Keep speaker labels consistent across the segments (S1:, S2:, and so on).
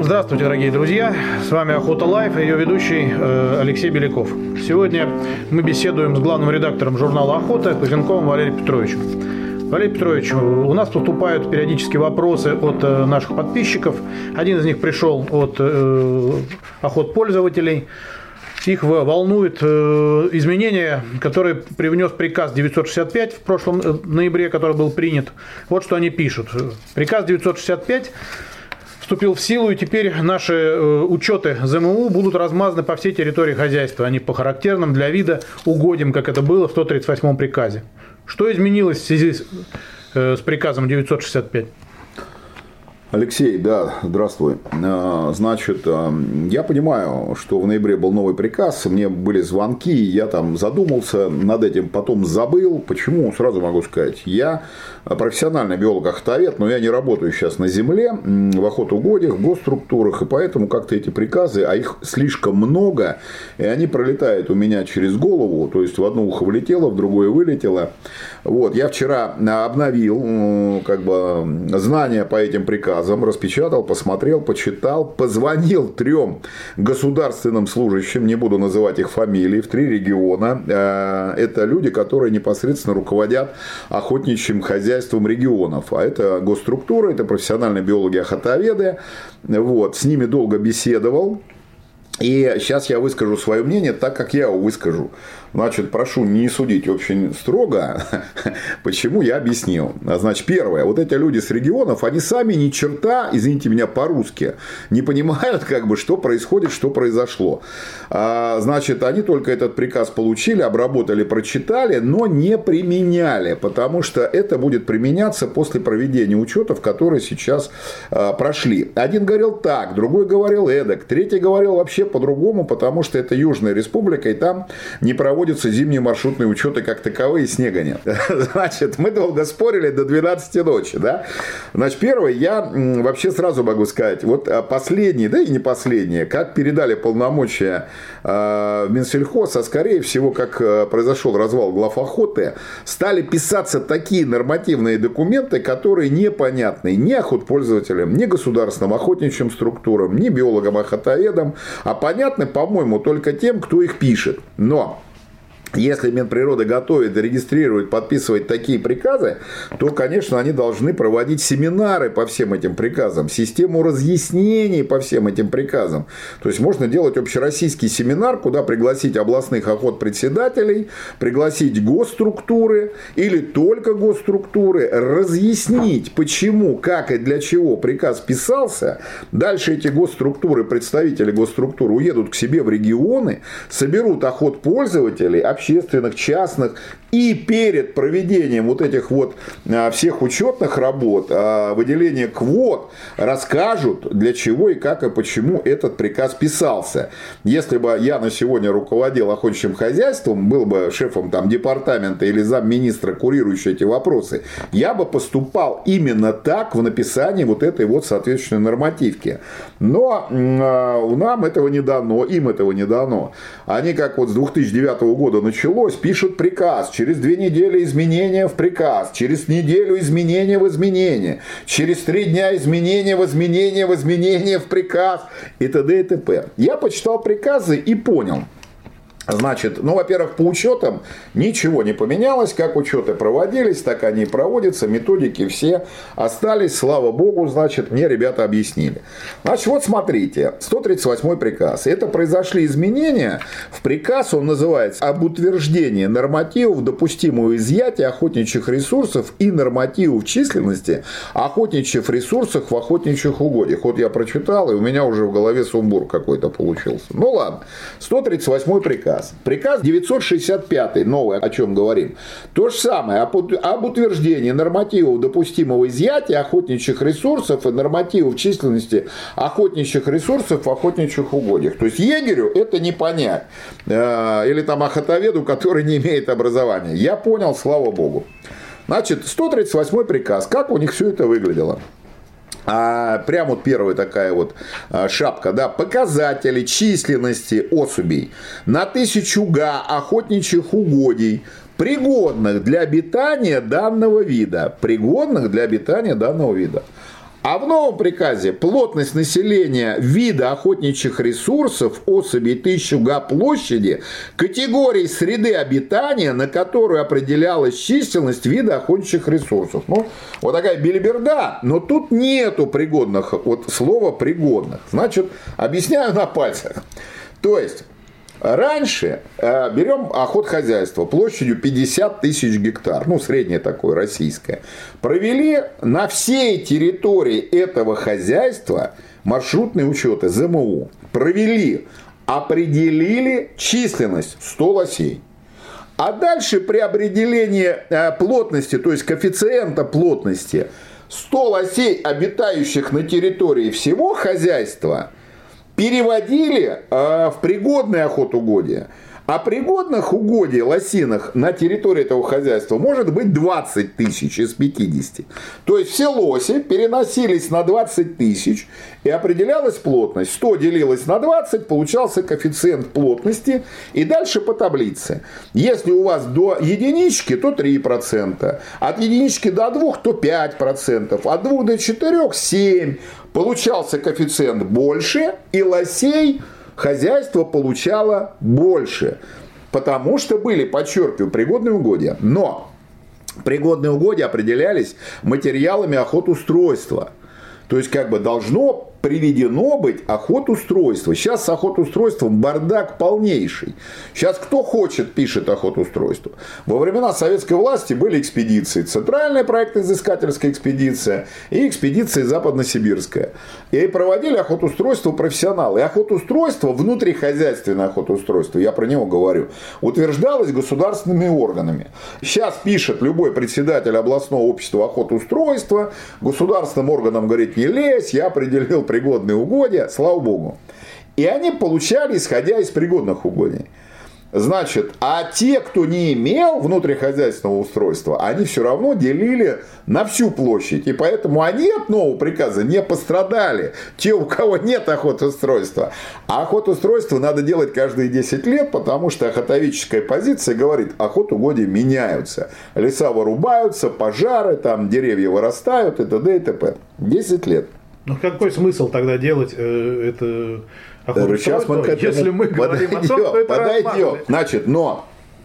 S1: Здравствуйте, дорогие друзья! С вами Охота Лайф и ее ведущий Алексей Беляков. Сегодня мы беседуем с главным редактором журнала «Охота» Кузенковым Валерием Петровичем. Валерий Петрович, у нас поступают периодически вопросы от наших подписчиков. Один из них пришел от охотпользователей. Их волнует изменения, которые привнес приказ 965 в прошлом ноябре, который был принят. Вот что они пишут. Приказ 965 вступил в силу, и теперь наши учеты ЗМУ будут размазаны по всей территории хозяйства, а не по характерным для вида угодьям, как это было в 138-м приказе. Что изменилось в связи с приказом 965?
S2: Алексей, да, здравствуй. Значит, я понимаю, что в ноябре был новый приказ, мне были звонки, я там задумался над этим, потом забыл. Почему? Сразу могу сказать. Я профессиональный биолог-охотовед, но я не работаю сейчас на земле, в охотугодиях, в госструктурах, и поэтому как-то эти приказы, а их слишком много, и они пролетают у меня через голову, то есть в одно ухо влетело, в другое вылетело. Вот, я вчера обновил знания по этим приказам, распечатал, посмотрел, почитал, позвонил 3 государственным служащим, не буду называть их фамилии, в 3 региона. Это люди, которые непосредственно руководят охотничьим хозяйством регионов. А это госструктуры, это профессиональные биологи-охотоведы. Вот, с ними долго беседовал. И сейчас я выскажу свое мнение так, как я его выскажу. Значит, прошу не судить очень строго. Почему, я объяснил. Значит, первое. Вот эти люди с регионов, они сами ни черта, извините меня, по-русски, не понимают, что происходит, что произошло. Значит, они только этот приказ получили, обработали, прочитали, но не применяли. Потому что это будет применяться после проведения учетов, которые сейчас прошли. Один говорил так, другой говорил эдак, третий говорил вообще по-другому, потому что это Южная Республика, и там не проводятся зимние маршрутные учеты как таковые, снега нет. Значит, мы долго спорили до 12 ночи. Да? Значит, первое, я вообще сразу могу сказать, вот последние, да и не последние, как передали полномочия в Минсельхоз, а скорее всего, как произошел развал главохоты, стали писаться такие нормативные документы, которые непонятны ни охотпользователям, ни государственным охотничьим структурам, ни биологам-охотоведам, а понятны, по-моему, только тем, кто их пишет. Но если Минприрода готовит, регистрирует, подписывает такие приказы, то, конечно, они должны проводить семинары по всем этим приказам, систему разъяснений по всем этим приказам. То есть, можно делать общероссийский семинар, куда пригласить областных охотпредседателей, пригласить госструктуры или только госструктуры, разъяснить, почему, как и для чего приказ писался. Дальше эти госструктуры, представители госструктуры уедут к себе в регионы, соберут охотпользователей, общественных, частных, и перед проведением вот этих вот всех учетных работ, выделения квот, расскажут, для чего и как и почему этот приказ писался. Если бы я на сегодня руководил охотничьим хозяйством, был бы шефом там департамента или замминистра, курирующий эти вопросы, я бы поступал именно так в написании вот этой вот соответствующей нормативки. Но нам этого не дано, им этого не дано. Они как вот с 2009 года началось, пишут приказ, через 2 недели изменения в приказ, через неделю изменения в изменения, через 3 дня изменения в изменения в изменения в приказ и т.д. и т.п. Я почитал приказы и понял. Значит, во-первых, по учетам ничего не поменялось, как учеты проводились, так они и проводятся, методики все остались, слава богу, значит, мне ребята объяснили. Значит, вот смотрите, 138 приказ, это произошли изменения в приказ, он называется «Об утверждении нормативов допустимого изъятия охотничьих ресурсов и нормативов численности охотничьих ресурсов в охотничьих угодьях». Вот я прочитал, и у меня уже в голове сумбур какой-то получился. Ну ладно, 138 приказ. Приказ 965, новый, о чем говорим. То же самое, об утверждении нормативов допустимого изъятия охотничьих ресурсов и нормативов численности охотничьих ресурсов в охотничьих угодьях. То есть, егерю это не понять. Или там охотоведу, который не имеет образования. Я понял, слава богу. Значит, 138 приказ. Как у них все это выглядело? Прям вот первая такая вот шапка, да, показатели численности особей на 1000 га охотничьих угодий, пригодных для обитания данного вида. Пригодных для обитания данного вида. А в новом приказе плотность населения вида охотничьих ресурсов, особей 1000 га площади, категории среды обитания, на которую определялась численность вида охотничьих ресурсов. Ну, вот такая белиберда, но тут нету пригодных, вот слова пригодных. Значит, объясняю на пальцах. То есть, раньше берем охотхозяйство площадью 50 тысяч гектар, ну, среднее такое, российское. Провели на всей территории этого хозяйства маршрутные учеты, ЗМУ. Провели, определили численность 100 лосей. А дальше при определении плотности, то есть коэффициента плотности, 100 лосей, обитающих на территории всего хозяйства, переводили в пригодные охотугодия. А пригодных угодий лосиных на территории этого хозяйства может быть 20 тысяч из 50. То есть все лоси переносились на 20 тысяч и определялась плотность. 100 делилось на 20, получался коэффициент плотности. И дальше по таблице. Если у вас до единички, то 3%. От единички до 2, то 5%. От 2 до 4 – 7%. Получался коэффициент больше, и лосей хозяйство получало больше, потому что были, подчеркиваю, пригодные угодья. Но пригодные угодья определялись материалами охотустройства. То есть, как бы должно приведено быть охотустройство. Сейчас с охотустройством бардак полнейший. Сейчас кто хочет, пишет охотустройство. Во времена советской власти были экспедиции. Центральная проектно-изыскательская экспедиция и экспедиция западносибирская. И проводили охотустройство профессионалы. И охотустройство, внутрихозяйственное охотустройство, я про него говорю, утверждалось государственными органами. Сейчас пишет любой председатель областного общества охотустройства, государственным органам говорит: не лезь, я определил пригодные угодья, слава богу. И они получали, исходя из пригодных угодий. Значит, а те, кто не имел внутрихозяйственного устройства, они все равно делили на всю площадь. И поэтому они от нового приказа не пострадали. Те, у кого нет охотустройства. А охотустройство надо делать каждые 10 лет, потому что охотоведческая позиция говорит: охотугодия меняются. Леса вырубаются, пожары, там деревья вырастают и т.д. и т.п. 10 лет.
S1: Ну какой смысл тогда делать это охотустройство, если мы говорим о том, что это
S2: подойдем. Значит, но,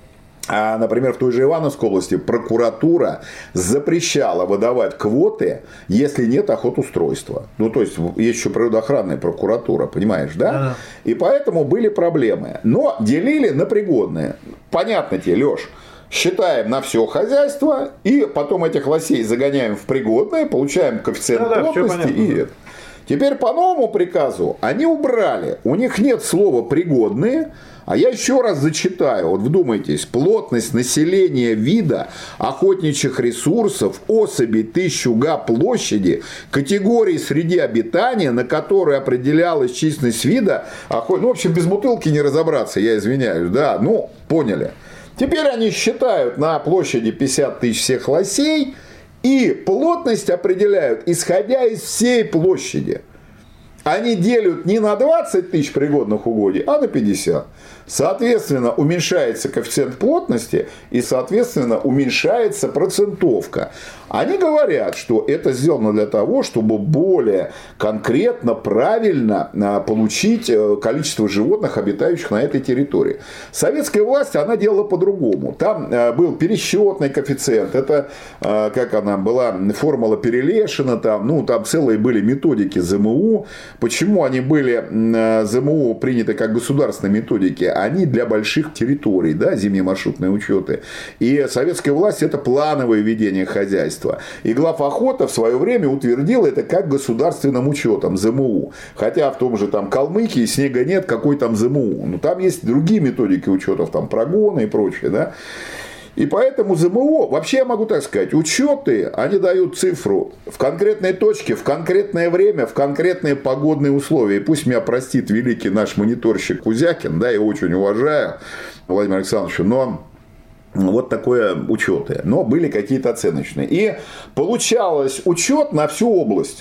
S2: например, в той же Ивановской области прокуратура запрещала выдавать квоты, если нет охотустройства. Ну, то есть, есть еще природоохранная прокуратура, понимаешь, да?
S1: Да.
S2: И поэтому были проблемы. Но делили на пригодные. Понятно тебе, Леш. Считаем на все хозяйство, и потом этих лосей загоняем в пригодное, получаем коэффициент плотности и это. Теперь по новому приказу они убрали, у них нет слова «пригодные», а я еще раз зачитаю, вот вдумайтесь: плотность населения вида охотничьих ресурсов, особей 1000 га площади, категории среды обитания, на которой определялась численность вида, ну, в общем, без бутылки не разобраться, я извиняюсь, да, ну, поняли. Теперь они считают на площади 50 тысяч всех лосей и плотность определяют, исходя из всей площади. Они делят не на 20 тысяч пригодных угодий, а на 50. Соответственно, уменьшается коэффициент плотности и, соответственно, уменьшается процентовка. Они говорят, что это сделано для того, чтобы более конкретно, правильно получить количество животных, обитающих на этой территории. Советская власть, она делала по-другому. Там был пересчетный коэффициент, это, как она была, формула Перелешина, там целые были методики ЗМУ. Почему они были, ЗМУ приняты как государственные методики? Они для больших территорий, да, зимние маршрутные учеты. И советская власть — это плановое ведение хозяйства. И главохота в свое время утвердила это как государственным учетом, ЗМУ. Хотя в том же там Калмыкии снега нет, какой там ЗМУ. Но там есть другие методики учетов, там прогоны и прочее, да. И поэтому ЗМО, вообще я могу так сказать, учеты, они дают цифру в конкретной точке, в конкретное время, в конкретные погодные условия. И пусть меня простит великий наш мониторщик Кузякин, да, я его очень уважаю, Владимир Александрович, но вот такое учеты. Но были какие-то оценочные. И получалось учет на всю область.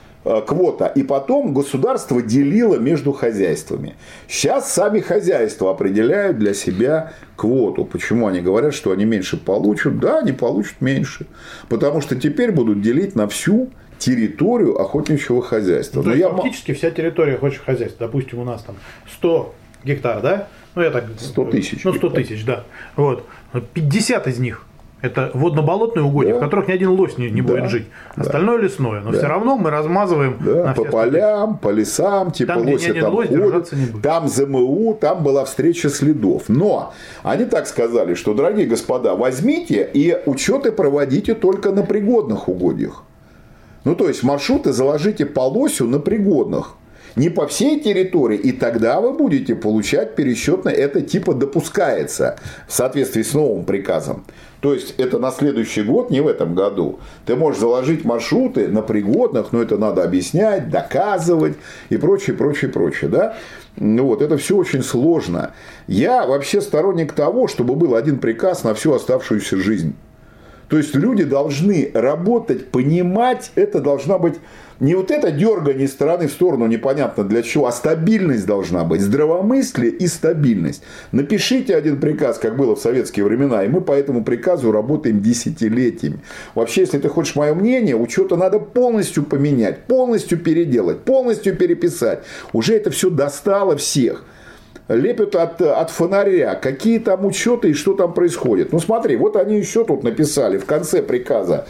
S2: Квота. И потом государство делило между хозяйствами. Сейчас сами хозяйства определяют для себя квоту. Почему они говорят, что они меньше получат? Да, они получат меньше. Потому что теперь будут делить на всю территорию охотничьего хозяйства.
S1: Ну, то есть, фактически вся территория охотничьего хозяйства, допустим, у нас там 100 гектар, да? Ну, я так...
S2: 100 тысяч.
S1: Ну, 100 тысяч, да. Вот. 50 из них это водно-болотные угодья, в которых ни один лось не будет жить. Остальное лесное. Но все равно мы размазываем на
S2: по полям, по лесам, типа
S1: там,
S2: лоси там ходят, там ЗМУ, там была встреча следов. Но они так сказали, что, дорогие господа, возьмите и учеты проводите только на пригодных угодьях. Ну, то есть маршруты заложите по лосю на пригодных. Не по всей территории, и тогда вы будете получать пересчет, это типа допускается в соответствии с новым приказом. То есть это на следующий год, не в этом году. Ты можешь заложить маршруты на пригодных, но это надо объяснять, доказывать и прочее, прочее, прочее. Да? Ну, вот, это все очень сложно. Я вообще сторонник того, чтобы был один приказ на всю оставшуюся жизнь. То есть люди должны работать, понимать, это должна быть не вот это дергание из стороны в сторону непонятно для чего, а стабильность должна быть, здравомыслие и стабильность. Напишите один приказ, как было в советские времена, и мы по этому приказу работаем десятилетиями. Вообще, если ты хочешь мое мнение, учета надо полностью поменять, полностью переделать, полностью переписать. Уже это все достало всех. Лепят от фонаря, какие там учеты и что там происходит. Ну смотри, вот они еще тут написали в конце приказа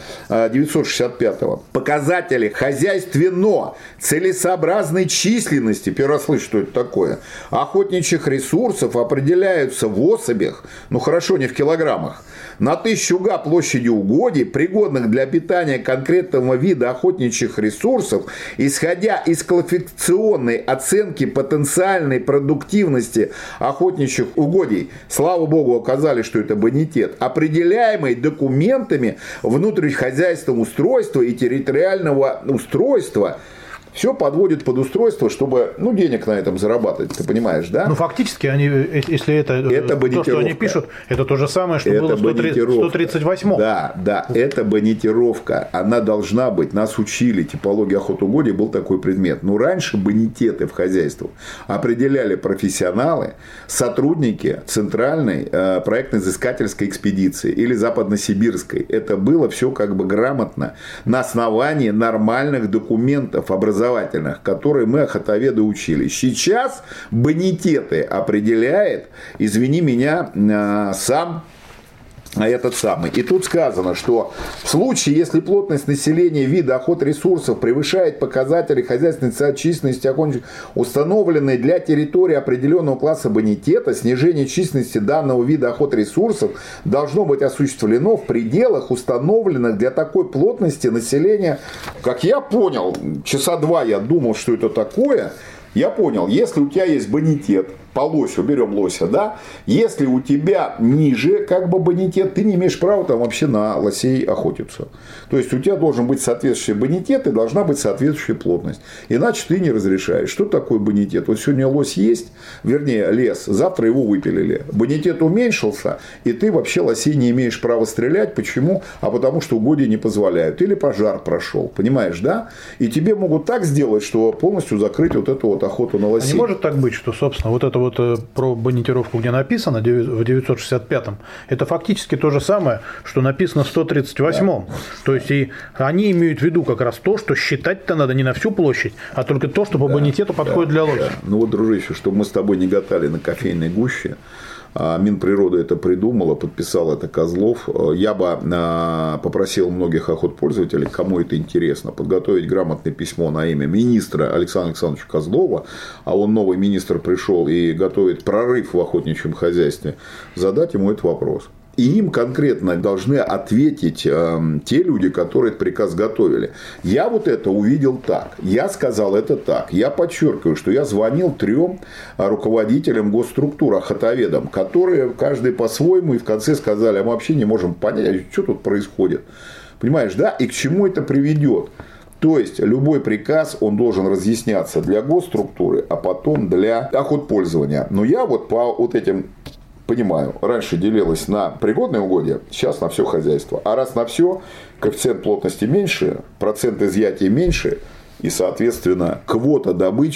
S2: 965-го. Показатели хозяйственно целесообразной численности, первый раз слышу, что это такое, охотничьих ресурсов определяются в особях, ну хорошо, не в килограммах, на 1000 га площади угодий, пригодных для питания конкретного вида охотничьих ресурсов, исходя из классификационной оценки потенциальной продуктивности охотничьих угодий, слава богу, оказались, что это бонитет, определяемый документами внутрихозяйственного устройства и территориального устройства. Все подводит под устройство, чтобы денег на этом зарабатывать, ты понимаешь, да?
S1: Ну, фактически, они, если это то, что они пишут, это то же самое, что было в 138-м.
S2: Да, это бонитировка. Она должна быть. Нас учили, типология охотугодий, был такой предмет. Но раньше бонитеты в хозяйствах определяли профессионалы, сотрудники Центральной проектно-изыскательской экспедиции или Западносибирской. Это было все как бы грамотно на основании нормальных документов образовательных, которые мы охотоведы учили. Сейчас бонитеты определяет, извини меня, сам этот самый. И тут сказано, что в случае, если плотность населения вида охотресурсов превышает показатели хозяйственной численности охотничьих, установленные для территории определенного класса бонитета, снижение численности данного вида охотресурсов должно быть осуществлено в пределах, установленных для такой плотности населения. Как я понял, часа 2 я думал, что это такое. Я понял, если у тебя есть бонитет, по лосю, берем лося, да, если у тебя ниже как бы бонитет, ты не имеешь права там вообще на лосей охотиться. То есть у тебя должен быть соответствующий бонитет и должна быть соответствующая плотность. Иначе ты не разрешаешь. Что такое бонитет? Вот сегодня лось есть, вернее лес, завтра его выпилили. Бонитет уменьшился, и ты вообще лосей не имеешь права стрелять. Почему? А потому что угодья не позволяют. Или пожар прошел. Понимаешь, да? И тебе могут так сделать, что полностью закрыть вот эту вот охоту на лосей.
S1: А не может так быть, что, собственно, вот это вот про бонитировку, где написано в 965-м, это фактически то же самое, что написано в 138-м. Да. То есть и они имеют в виду как раз то, что считать-то надо не на всю площадь, а только то, что по бонитету подходит для лося.
S2: Ну вот, дружище, чтобы мы с тобой не гатали на кофейной гуще, Минприрода это придумала, подписал это Козлов. Я бы попросил многих охотпользователей, кому это интересно, подготовить грамотное письмо на имя министра Александра Александровича Козлова, а он новый министр пришел и готовит прорыв в охотничьем хозяйстве, задать ему этот вопрос. И им конкретно должны ответить те люди, которые этот приказ готовили. Я вот это увидел так. Я сказал это так. Я подчеркиваю, что я звонил 3 руководителям госструктур, охотоведам, которые каждый по-своему и в конце сказали, а мы вообще не можем понять, что тут происходит. Понимаешь, да? И к чему это приведет? То есть любой приказ, он должен разъясняться для госструктуры, а потом для охотпользования. Но я вот по вот этим... Понимаю, раньше делилось на пригодные угодья, сейчас на все хозяйство. А раз на все, коэффициент плотности меньше, процент изъятия меньше, и, соответственно, квота добычи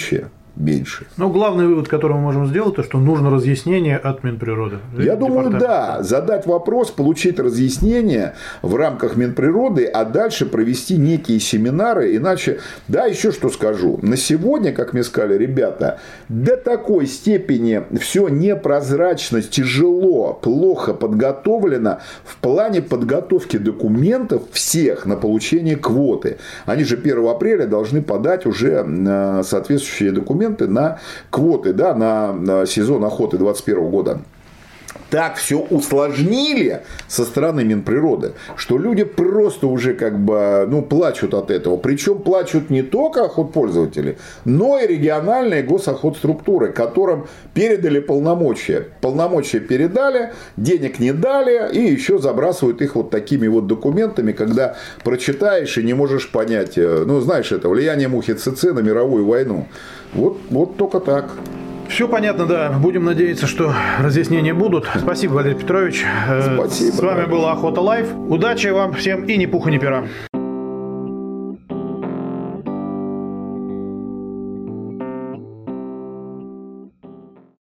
S2: меньше.
S1: Ну, главный вывод, который мы можем сделать, то, что нужно разъяснение от Минприроды.
S2: Я думаю, да. Задать вопрос, получить разъяснение в рамках Минприроды, а дальше провести некие семинары. Иначе, да, еще что скажу. На сегодня, как мне сказали ребята, до такой степени все непрозрачно, тяжело, плохо подготовлено в плане подготовки документов всех на получение квоты. Они же 1 апреля должны подать уже соответствующие документы на квоты, да, на сезон охоты 2021 года. Так все усложнили со стороны Минприроды, что люди просто уже плачут от этого. Причем плачут не только охотпользователи, но и региональные госохотструктуры, которым передали полномочия. Полномочия передали, денег не дали, и еще забрасывают их вот такими вот документами, когда прочитаешь и не можешь понять, знаешь, это влияние мухи ЦЦ на мировую войну. Вот только так.
S1: Все понятно, да. Будем надеяться, что разъяснения будут. Спасибо, Валерий Петрович.
S2: Спасибо.
S1: С вами была Охота Лайв. Удачи вам всем и ни пуха, ни пера.